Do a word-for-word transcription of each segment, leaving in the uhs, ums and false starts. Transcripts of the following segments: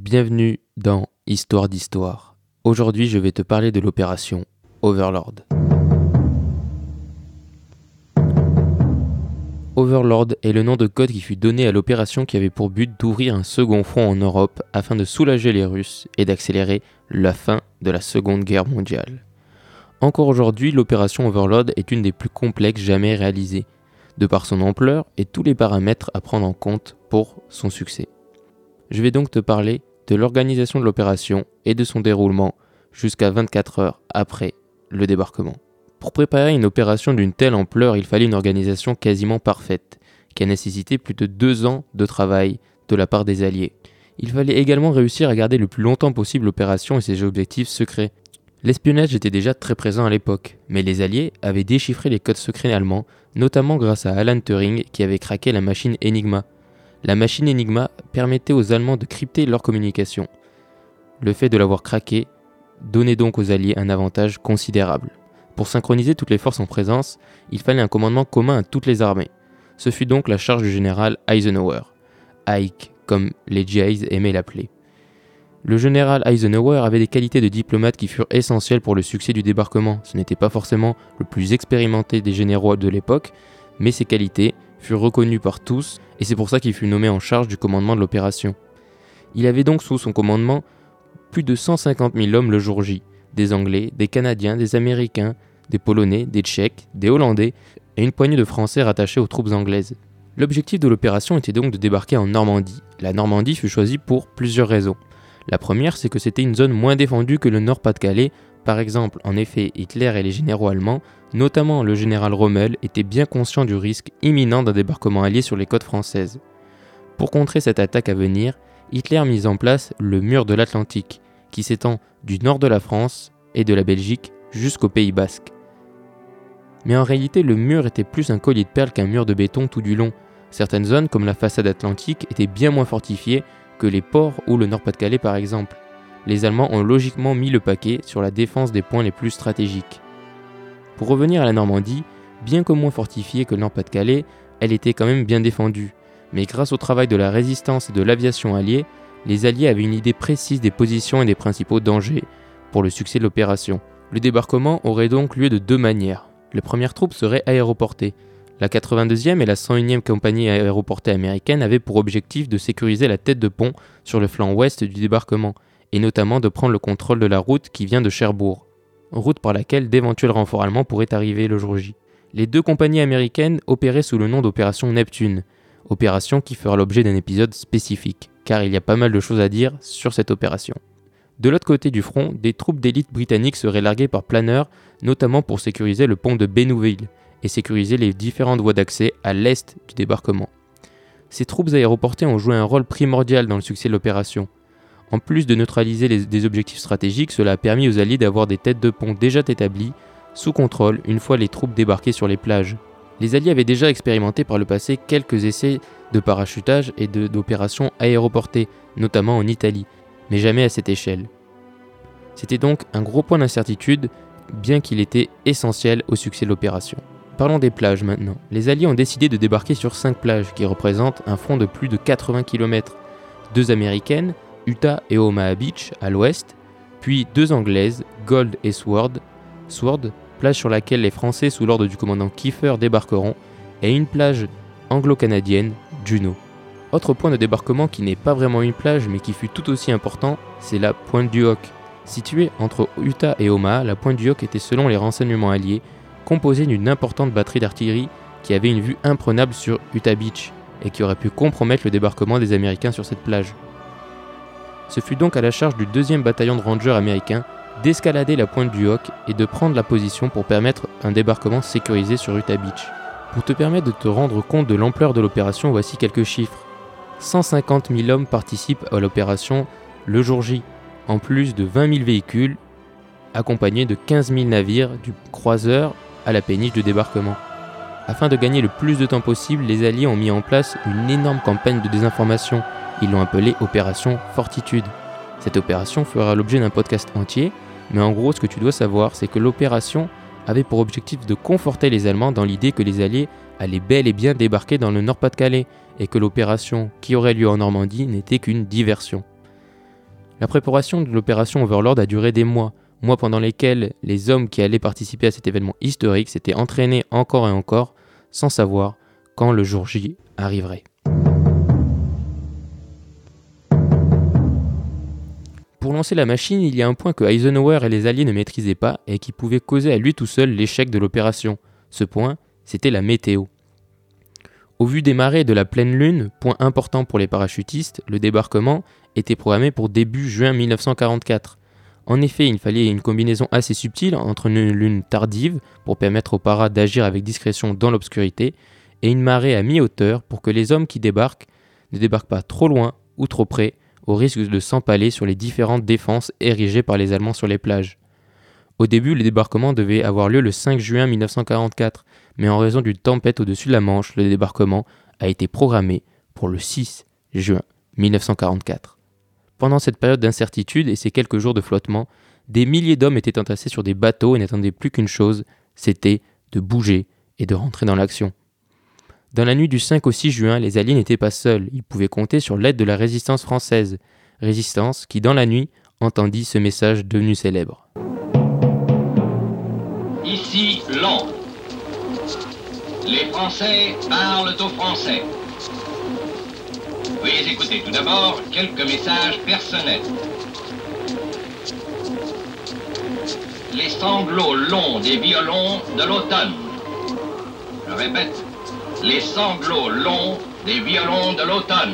Bienvenue dans Histoire d'Histoire. Aujourd'hui, je vais te parler de l'opération Overlord. Overlord est le nom de code qui fut donné à l'opération qui avait pour but d'ouvrir un second front en Europe afin de soulager les Russes et d'accélérer la fin de la Seconde Guerre mondiale. Encore aujourd'hui, l'opération Overlord est une des plus complexes jamais réalisées, de par son ampleur et tous les paramètres à prendre en compte pour son succès. Je vais donc te parler de l'organisation de l'opération et de son déroulement jusqu'à vingt-quatre heures après le débarquement. Pour préparer une opération d'une telle ampleur, il fallait une organisation quasiment parfaite, qui a nécessité plus de deux ans de travail de la part des Alliés. Il fallait également réussir à garder le plus longtemps possible l'opération et ses objectifs secrets. L'espionnage était déjà très présent à l'époque, mais les Alliés avaient déchiffré les codes secrets allemands, notamment grâce à Alan Turing qui avait craqué la machine Enigma. La machine Enigma permettait aux Allemands de crypter leur communication. Le fait de l'avoir craqué donnait donc aux Alliés un avantage considérable. Pour synchroniser toutes les forces en présence, il fallait un commandement commun à toutes les armées. Ce fut donc la charge du général Eisenhower, Ike, comme les G Is aimaient l'appeler. Le général Eisenhower avait des qualités de diplomate qui furent essentielles pour le succès du débarquement. Ce n'était pas forcément le plus expérimenté des généraux de l'époque, mais ses qualités furent reconnues par tous, et c'est pour ça qu'il fut nommé en charge du commandement de l'opération. Il avait donc sous son commandement plus de cent cinquante mille hommes le jour J, des Anglais, des Canadiens, des Américains, des Polonais, des Tchèques, des Hollandais et une poignée de Français rattachés aux troupes anglaises. L'objectif de l'opération était donc de débarquer en Normandie. La Normandie fut choisie pour plusieurs raisons. La première, c'est que c'était une zone moins défendue que le Nord-Pas-de-Calais. Par exemple, en effet, Hitler et les généraux allemands, notamment le général Rommel, étaient bien conscients du risque imminent d'un débarquement allié sur les côtes françaises. Pour contrer cette attaque à venir, Hitler mit en place le mur de l'Atlantique, qui s'étend du nord de la France et de la Belgique jusqu'au Pays Basque. Mais en réalité, le mur était plus un collier de perles qu'un mur de béton tout du long. Certaines zones, comme la façade atlantique, étaient bien moins fortifiées que les ports ou le Nord-Pas-de-Calais par exemple. Les Allemands ont logiquement mis le paquet sur la défense des points les plus stratégiques. Pour revenir à la Normandie, bien que moins fortifiée que le Nord-Pas-de-Calais, elle était quand même bien défendue. Mais grâce au travail de la résistance et de l'aviation alliée, les Alliés avaient une idée précise des positions et des principaux dangers pour le succès de l'opération. Le débarquement aurait donc lieu de deux manières. Les premières troupes seraient aéroportées. La quatre-vingt-deuxième et la cent unième compagnie aéroportée américaine avaient pour objectif de sécuriser la tête de pont sur le flanc ouest du débarquement, et notamment de prendre le contrôle de la route qui vient de Cherbourg, route par laquelle d'éventuels renforts allemands pourraient arriver le jour J. Les deux compagnies américaines opéraient sous le nom d'opération Neptune, opération qui fera l'objet d'un épisode spécifique, car il y a pas mal de choses à dire sur cette opération. De l'autre côté du front, des troupes d'élite britanniques seraient larguées par planeurs, notamment pour sécuriser le pont de Bénouville et sécuriser les différentes voies d'accès à l'est du débarquement. Ces troupes aéroportées ont joué un rôle primordial dans le succès de l'opération. En plus de neutraliser les, des objectifs stratégiques, cela a permis aux Alliés d'avoir des têtes de pont déjà établies, sous contrôle, une fois les troupes débarquées sur les plages. Les Alliés avaient déjà expérimenté par le passé quelques essais de parachutage et de, d'opérations aéroportées, notamment en Italie, mais jamais à cette échelle. C'était donc un gros point d'incertitude, bien qu'il était essentiel au succès de l'opération. Parlons des plages maintenant. Les Alliés ont décidé de débarquer sur cinq plages, qui représentent un front de plus de quatre-vingts kilomètres. Deux américaines, Utah et Omaha Beach, à l'ouest, puis deux anglaises, Gold et Sword, Sword, plage sur laquelle les Français sous l'ordre du commandant Kiefer débarqueront, et une plage anglo-canadienne, Juno. Autre point de débarquement qui n'est pas vraiment une plage mais qui fut tout aussi important, c'est la Pointe du Hoc. Située entre Utah et Omaha, la Pointe du Hoc était selon les renseignements alliés composée d'une importante batterie d'artillerie qui avait une vue imprenable sur Utah Beach et qui aurait pu compromettre le débarquement des Américains sur cette plage. Ce fut donc à la charge du deuxième bataillon de Rangers américains d'escalader la Pointe du Hoc et de prendre la position pour permettre un débarquement sécurisé sur Utah Beach. Pour te permettre de te rendre compte de l'ampleur de l'opération, voici quelques chiffres. cent cinquante mille hommes participent à l'opération le jour J, en plus de vingt mille véhicules, accompagnés de quinze mille navires, du croiseur à la péniche de débarquement. Afin de gagner le plus de temps possible, les Alliés ont mis en place une énorme campagne de désinformation. Ils l'ont appelée Opération Fortitude. Cette opération fera l'objet d'un podcast entier, mais en gros, ce que tu dois savoir, c'est que l'opération avait pour objectif de conforter les Allemands dans l'idée que les Alliés allaient bel et bien débarquer dans le Nord-Pas-de-Calais et que l'opération qui aurait lieu en Normandie n'était qu'une diversion. La préparation de l'opération Overlord a duré des mois, mois pendant lesquels les hommes qui allaient participer à cet événement historique s'étaient entraînés encore et encore, sans savoir quand le jour J arriverait. Pour lancer la machine, il y a un point que Eisenhower et les Alliés ne maîtrisaient pas et qui pouvait causer à lui tout seul l'échec de l'opération. Ce point, c'était la météo. Au vu des marées de la pleine lune, point important pour les parachutistes, le débarquement était programmé pour début juin mille neuf cent quarante-quatre. En effet, il fallait une combinaison assez subtile entre une lune tardive pour permettre aux paras d'agir avec discrétion dans l'obscurité et une marée à mi-hauteur pour que les hommes qui débarquent ne débarquent pas trop loin ou trop près au risque de s'empaler sur les différentes défenses érigées par les Allemands sur les plages. Au début, le débarquement devait avoir lieu le cinq juin mille neuf cent quarante-quatre, mais en raison d'une tempête au-dessus de la Manche, le débarquement a été programmé pour le six juin mille neuf cent quarante-quatre. Pendant cette période d'incertitude et ces quelques jours de flottement, des milliers d'hommes étaient entassés sur des bateaux et n'attendaient plus qu'une chose, c'était de bouger et de rentrer dans l'action. Dans la nuit du cinq au six juin, les Alliés n'étaient pas seuls, ils pouvaient compter sur l'aide de la résistance française, résistance qui, dans la nuit, entendit ce message devenu célèbre. Ici Londres. Les Français parlent aux Français. Veuillez écouter tout d'abord quelques messages personnels. Les sanglots longs des violons de l'automne. Je répète, les sanglots longs des violons de l'automne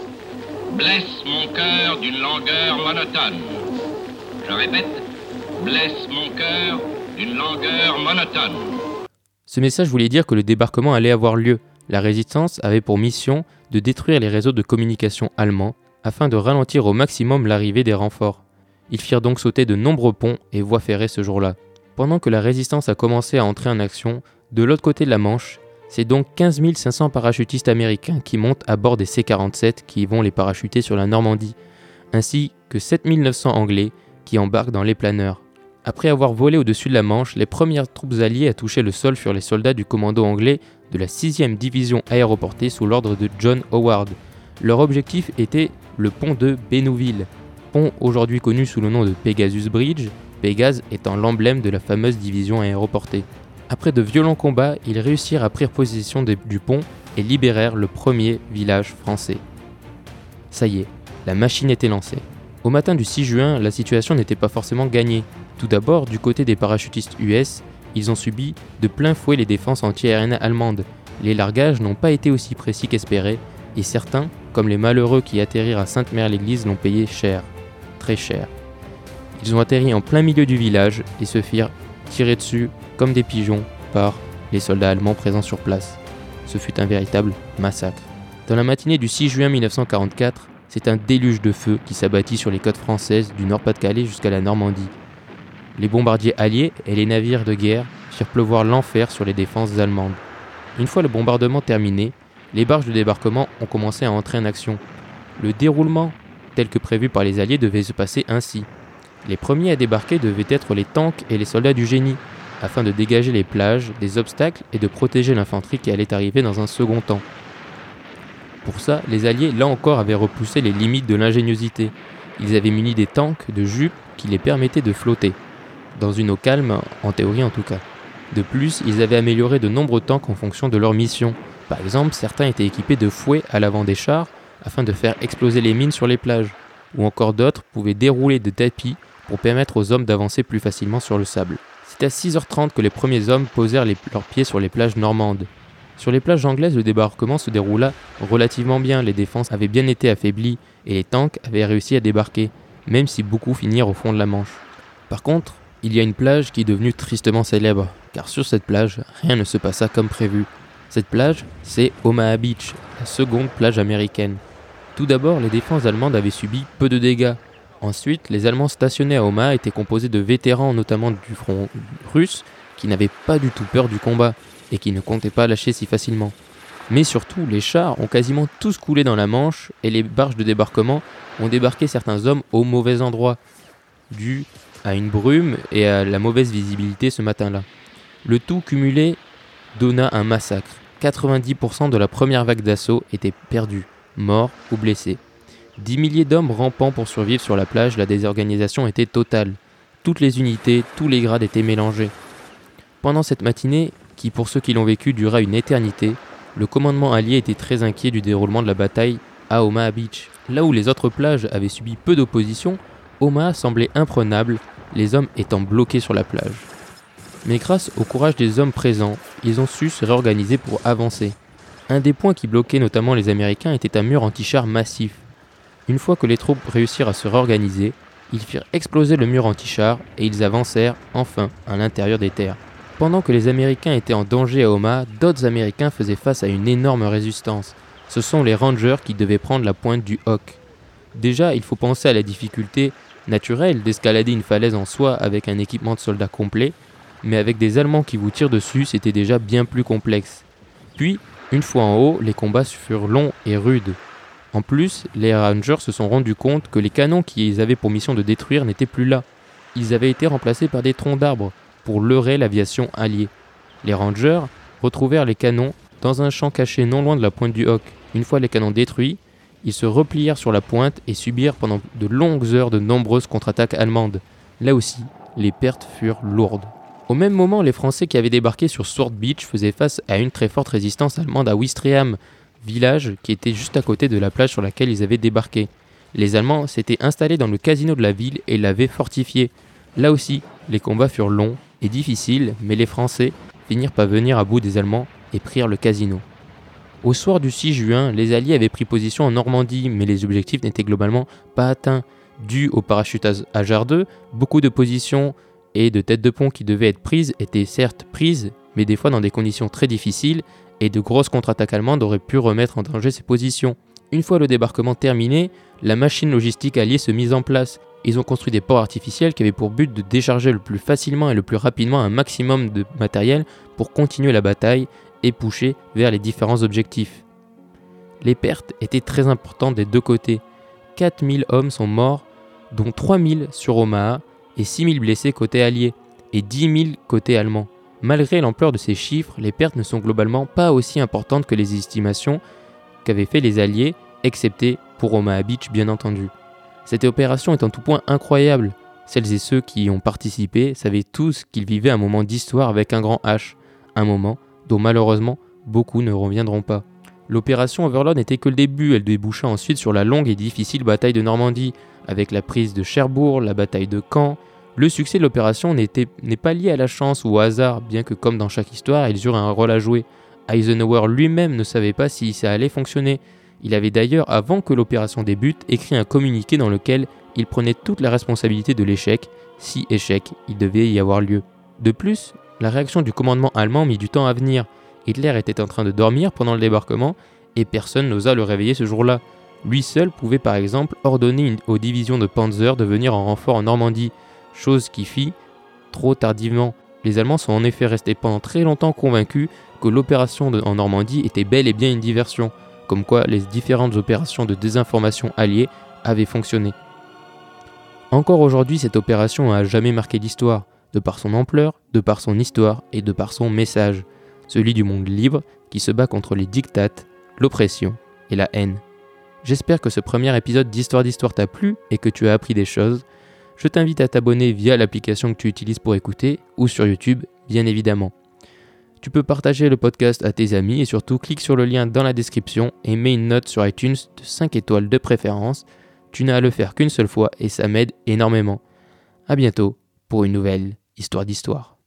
blessent mon cœur d'une langueur monotone. Je répète, blessent mon cœur d'une langueur monotone. Ce message voulait dire que le débarquement allait avoir lieu. La résistance avait pour mission de détruire les réseaux de communication allemands afin de ralentir au maximum l'arrivée des renforts. Ils firent donc sauter de nombreux ponts et voies ferrées ce jour-là. Pendant que la résistance a commencé à entrer en action, de l'autre côté de la Manche, c'est donc quinze mille cinq cents parachutistes américains qui montent à bord des C quarante-sept qui vont les parachuter sur la Normandie, ainsi que sept mille neuf cents Anglais qui embarquent dans les planeurs. Après avoir volé au-dessus de la Manche, les premières troupes alliées à toucher le sol furent les soldats du commando anglais de la sixième division aéroportée sous l'ordre de John Howard. Leur objectif était le pont de Bénouville, pont aujourd'hui connu sous le nom de Pegasus Bridge, Pégase étant l'emblème de la fameuse division aéroportée. Après de violents combats, ils réussirent à prendre possession de, du pont et libérèrent le premier village français. Ça y est, la machine était lancée. Au matin du six juin, la situation n'était pas forcément gagnée. Tout d'abord, du côté des parachutistes U S, ils ont subi de plein fouet les défenses anti-aériennes allemandes. Les largages n'ont pas été aussi précis qu'espéré, et certains, comme les malheureux qui atterrirent à Sainte-Mère-l'Église, l'ont payé cher, très cher. Ils ont atterri en plein milieu du village et se firent tirer dessus comme des pigeons par les soldats allemands présents sur place. Ce fut un véritable massacre. Dans la matinée du six juin mille neuf cent quarante-quatre, c'est un déluge de feu qui s'abattit sur les côtes françaises du Nord-Pas-de-Calais jusqu'à la Normandie. Les bombardiers alliés et les navires de guerre firent pleuvoir l'enfer sur les défenses allemandes. Une fois le bombardement terminé, les barges de débarquement ont commencé à entrer en action. Le déroulement, tel que prévu par les Alliés, devait se passer ainsi. Les premiers à débarquer devaient être les tanks et les soldats du génie, afin de dégager les plages, des obstacles et de protéger l'infanterie qui allait arriver dans un second temps. Pour ça, les Alliés, là encore, avaient repoussé les limites de l'ingéniosité. Ils avaient muni des tanks de jupes qui les permettaient de flotter, dans une eau calme, en théorie en tout cas. De plus, ils avaient amélioré de nombreux tanks en fonction de leur mission. Par exemple, certains étaient équipés de fouets à l'avant des chars afin de faire exploser les mines sur les plages, ou encore d'autres pouvaient dérouler de tapis pour permettre aux hommes d'avancer plus facilement sur le sable. C'est à six heures trente que les premiers hommes posèrent les, leurs pieds sur les plages normandes. Sur les plages anglaises, le débarquement se déroula relativement bien, les défenses avaient bien été affaiblies et les tanks avaient réussi à débarquer, même si beaucoup finirent au fond de la Manche. Par contre, il y a une plage qui est devenue tristement célèbre, car sur cette plage, rien ne se passa comme prévu. Cette plage, c'est Omaha Beach, la seconde plage américaine. Tout d'abord, les défenses allemandes avaient subi peu de dégâts. Ensuite, les Allemands stationnés à Omaha étaient composés de vétérans, notamment du front russe, qui n'avaient pas du tout peur du combat, et qui ne comptaient pas lâcher si facilement. Mais surtout, les chars ont quasiment tous coulé dans la Manche, et les barges de débarquement ont débarqué certains hommes au mauvais endroit, dû à une brume et à la mauvaise visibilité ce matin-là. Le tout cumulé donna un massacre. quatre-vingt-dix pour cent de la première vague d'assaut étaient perdus, morts ou blessés. Dix milliers d'hommes rampant pour survivre sur la plage, la désorganisation était totale. Toutes les unités, tous les grades étaient mélangés. Pendant cette matinée, qui pour ceux qui l'ont vécu dura une éternité, le commandement allié était très inquiet du déroulement de la bataille à Omaha Beach. Là où les autres plages avaient subi peu d'opposition, Omaha semblait imprenable, les hommes étant bloqués sur la plage. Mais grâce au courage des hommes présents, ils ont su se réorganiser pour avancer. Un des points qui bloquait notamment les Américains était un mur anti-char massif. Une fois que les troupes réussirent à se réorganiser, ils firent exploser le mur anti-char et ils avancèrent, enfin, à l'intérieur des terres. Pendant que les Américains étaient en danger à Omaha, d'autres Américains faisaient face à une énorme résistance. Ce sont les Rangers qui devaient prendre la pointe du Hawk. Déjà, il faut penser à la difficulté naturelle d'escalader une falaise en soi avec un équipement de soldats complet, mais avec des Allemands qui vous tirent dessus, c'était déjà bien plus complexe. Puis, une fois en haut, les combats furent longs et rudes. En plus, les Rangers se sont rendus compte que les canons qu'ils avaient pour mission de détruire n'étaient plus là. Ils avaient été remplacés par des troncs d'arbres pour leurrer l'aviation alliée. Les Rangers retrouvèrent les canons dans un champ caché non loin de la pointe du Hawk. Une fois les canons détruits, ils se replièrent sur la pointe et subirent pendant de longues heures de nombreuses contre-attaques allemandes. Là aussi, les pertes furent lourdes. Au même moment, les Français qui avaient débarqué sur Sword Beach faisaient face à une très forte résistance allemande à Ouistreham, village qui était juste à côté de la plage sur laquelle ils avaient débarqué. Les Allemands s'étaient installés dans le casino de la ville et l'avaient fortifié. Là aussi, les combats furent longs et difficiles, mais les Français finirent par venir à bout des Allemands et prirent le casino. Au soir du six juin, les Alliés avaient pris position en Normandie, mais les objectifs n'étaient globalement pas atteints. Dû au parachutage hasardeux, beaucoup de positions et de têtes de pont qui devaient être prises étaient certes prises, mais des fois dans des conditions très difficiles, et de grosses contre-attaques allemandes auraient pu remettre en danger ces positions. Une fois le débarquement terminé, la machine logistique alliée se mit en place. Ils ont construit des ports artificiels qui avaient pour but de décharger le plus facilement et le plus rapidement un maximum de matériel pour continuer la bataille et pousser vers les différents objectifs. Les pertes étaient très importantes des deux côtés. quatre mille hommes sont morts, dont trois mille sur Omaha et six mille blessés côté allié et dix mille côté allemand. Malgré l'ampleur de ces chiffres, les pertes ne sont globalement pas aussi importantes que les estimations qu'avaient fait les Alliés, excepté pour Omaha Beach bien entendu. Cette opération est en tout point incroyable. Celles et ceux qui y ont participé savaient tous qu'ils vivaient un moment d'histoire avec un grand H, un moment dont malheureusement beaucoup ne reviendront pas. L'opération Overlord n'était que le début, elle déboucha ensuite sur la longue et difficile bataille de Normandie, avec la prise de Cherbourg, la bataille de Caen. Le succès de l'opération n'était, n'est pas lié à la chance ou au hasard, bien que comme dans chaque histoire, ils eurent un rôle à jouer. Eisenhower lui-même ne savait pas si ça allait fonctionner. Il avait d'ailleurs, avant que l'opération débute, écrit un communiqué dans lequel il prenait toute la responsabilité de l'échec, si échec il devait y avoir lieu. De plus, la réaction du commandement allemand mit du temps à venir. Hitler était en train de dormir pendant le débarquement et personne n'osa le réveiller ce jour-là. Lui seul pouvait par exemple ordonner une, aux divisions de Panzer de venir en renfort en Normandie, chose qui fit trop tardivement. Les Allemands sont en effet restés pendant très longtemps convaincus que l'opération de, en Normandie était bel et bien une diversion, comme quoi les différentes opérations de désinformation alliées avaient fonctionné. Encore aujourd'hui, cette opération a jamais marqué l'histoire, de par son ampleur, de par son histoire et de par son message, celui du monde libre qui se bat contre les dictates, l'oppression et la haine. J'espère que ce premier épisode d'Histoire d'Histoire t'a plu et que tu as appris des choses. Je t'invite à t'abonner via l'application que tu utilises pour écouter ou sur YouTube, bien évidemment. Tu peux partager le podcast à tes amis et surtout clique sur le lien dans la description et mets une note sur iTunes de cinq étoiles de préférence. Tu n'as à le faire qu'une seule fois et ça m'aide énormément. À bientôt pour une nouvelle Histoire d'Histoire.